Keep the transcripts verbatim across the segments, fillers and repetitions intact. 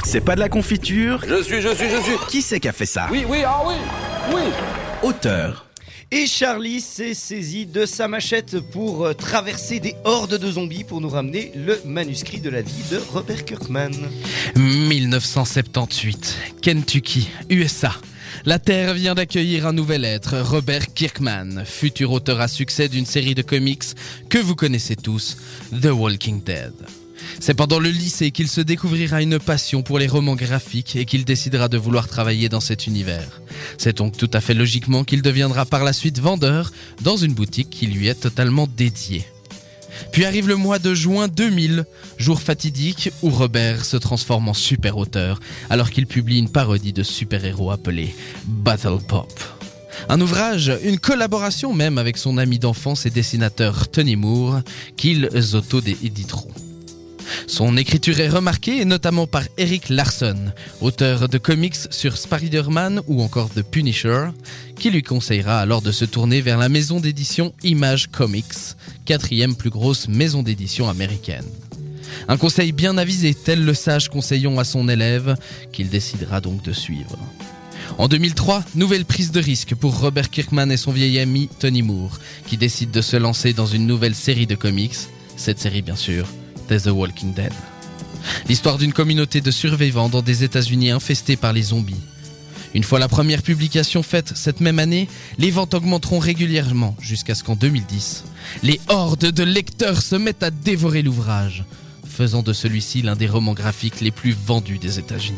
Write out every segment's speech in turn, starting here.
C'est pas de la confiture? Je suis, je suis, je suis. Qui c'est qui a fait ça? Oui, oui, ah oui, oui. Auteur. Et Charlie s'est saisi de sa machette pour euh, traverser des hordes de zombies pour nous ramener le manuscrit de la vie de Robert Kirkman. dix-neuf cent soixante-dix-huit, Kentucky, U S A. La Terre vient d'accueillir un nouvel être, Robert Kirkman, futur auteur à succès d'une série de comics que vous connaissez tous, The Walking Dead. C'est pendant le lycée qu'il se découvrira une passion pour les romans graphiques et qu'il décidera de vouloir travailler dans cet univers. C'est donc tout à fait logiquement qu'il deviendra par la suite vendeur dans une boutique qui lui est totalement dédiée. Puis arrive le mois de juin deux mille, jour fatidique où Robert se transforme en super-auteur alors qu'il publie une parodie de super-héros appelée Battle Pop. Un ouvrage, une collaboration même avec son ami d'enfance et dessinateur Tony Moore, qu'ils auto-éditeront. Son écriture est remarquée, notamment par Eric Larson, auteur de comics sur Spider-Man ou encore The Punisher, qui lui conseillera alors de se tourner vers la maison d'édition Image Comics, quatrième plus grosse maison d'édition américaine. Un conseil bien avisé, tel le sage conseillon à son élève, qu'il décidera donc de suivre. En deux mille trois, nouvelle prise de risque pour Robert Kirkman et son vieil ami Tony Moore, qui décident de se lancer dans une nouvelle série de comics, cette série bien sûr, The Walking Dead. L'histoire d'une communauté de survivants dans des États-Unis infestés par les zombies. Une fois la première publication faite cette même année, les ventes augmenteront régulièrement jusqu'à ce qu'en deux mille dix, les hordes de lecteurs se mettent à dévorer l'ouvrage, faisant de celui-ci l'un des romans graphiques les plus vendus des États-Unis.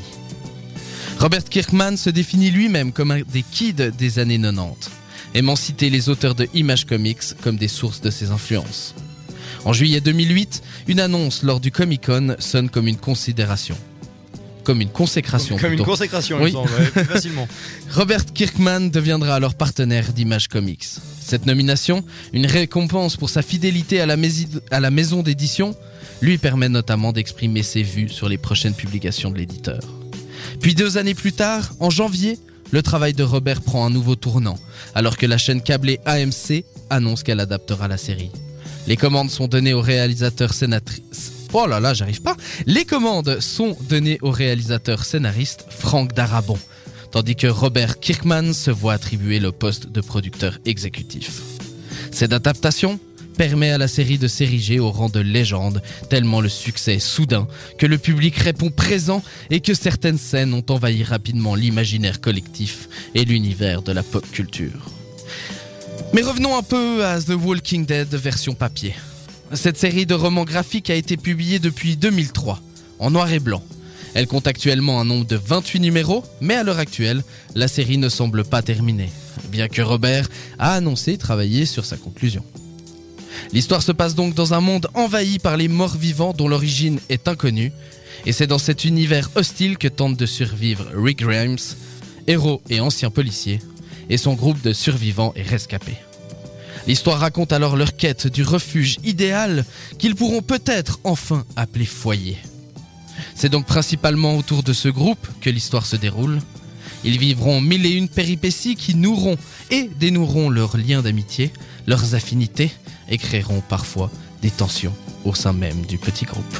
Robert Kirkman se définit lui-même comme un des kids des années quatre-vingt-dix, aimant citer les auteurs de Image Comics comme des sources de ses influences. En juillet deux mille huit, une annonce lors du Comic-Con sonne comme une considération. Comme une consécration. Comme plutôt. une consécration, Oui. il me semble, ouais, plus facilement. Robert Kirkman deviendra alors partenaire d'Image Comics. Cette nomination, une récompense pour sa fidélité à la, maisi- à la maison d'édition, lui permet notamment d'exprimer ses vues sur les prochaines publications de l'éditeur. Puis deux années plus tard, en janvier, le travail de Robert prend un nouveau tournant, alors que la chaîne câblée A M C annonce qu'elle adaptera la série. Les commandes sont données au réalisateur scénatrice. Oh là là, j'arrive pas. Les commandes sont données au réalisateur scénariste Frank Darabont, tandis que Robert Kirkman se voit attribuer le poste de producteur exécutif. Cette adaptation permet à la série de s'ériger au rang de légende, tellement le succès est soudain, que le public répond présent et que certaines scènes ont envahi rapidement l'imaginaire collectif et l'univers de la pop culture. Mais revenons un peu à The Walking Dead version papier. Cette série de romans graphiques a été publiée depuis deux mille trois, en noir et blanc. Elle compte actuellement un nombre de vingt-huit numéros, mais à l'heure actuelle, la série ne semble pas terminée, bien que Robert a annoncé travailler sur sa conclusion. L'histoire se passe donc dans un monde envahi par les morts-vivants dont l'origine est inconnue, et c'est dans cet univers hostile que tente de survivre Rick Grimes, héros et ancien policier, et son groupe de survivants et rescapés. L'histoire raconte alors leur quête du refuge idéal qu'ils pourront peut-être enfin appeler foyer. C'est donc principalement autour de ce groupe que l'histoire se déroule. Ils vivront mille et une péripéties qui nourront et dénoueront leurs liens d'amitié, leurs affinités et créeront parfois des tensions au sein même du petit groupe.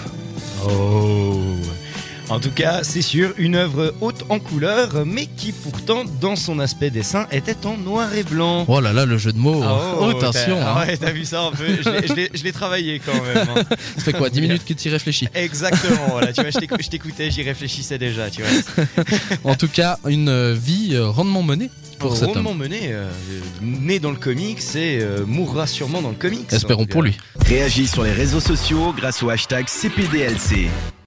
Oh. En tout cas, c'est sûr, une œuvre haute en couleurs, mais qui pourtant, dans son aspect dessin, était en noir et blanc. Oh là là, le jeu de mots. Oh, Oh, attention. t'as, Hein. ah ouais, t'as vu ça un peu. Je l'ai, je l'ai- je l'ai travaillé quand même. Hein. Ça fait quoi, dix minutes que tu y réfléchis? Exactement, voilà, tu vois, je, t'écou- je t'écoutais, j'y réfléchissais déjà, tu vois. En tout cas, une euh, vie euh, rondement menée pour cet homme. Rondement mené, euh, né dans le comics et euh, mourra sûrement dans le comics. Espérons Donc, pour euh, lui. Réagis sur les réseaux sociaux grâce au hashtag C P D L C.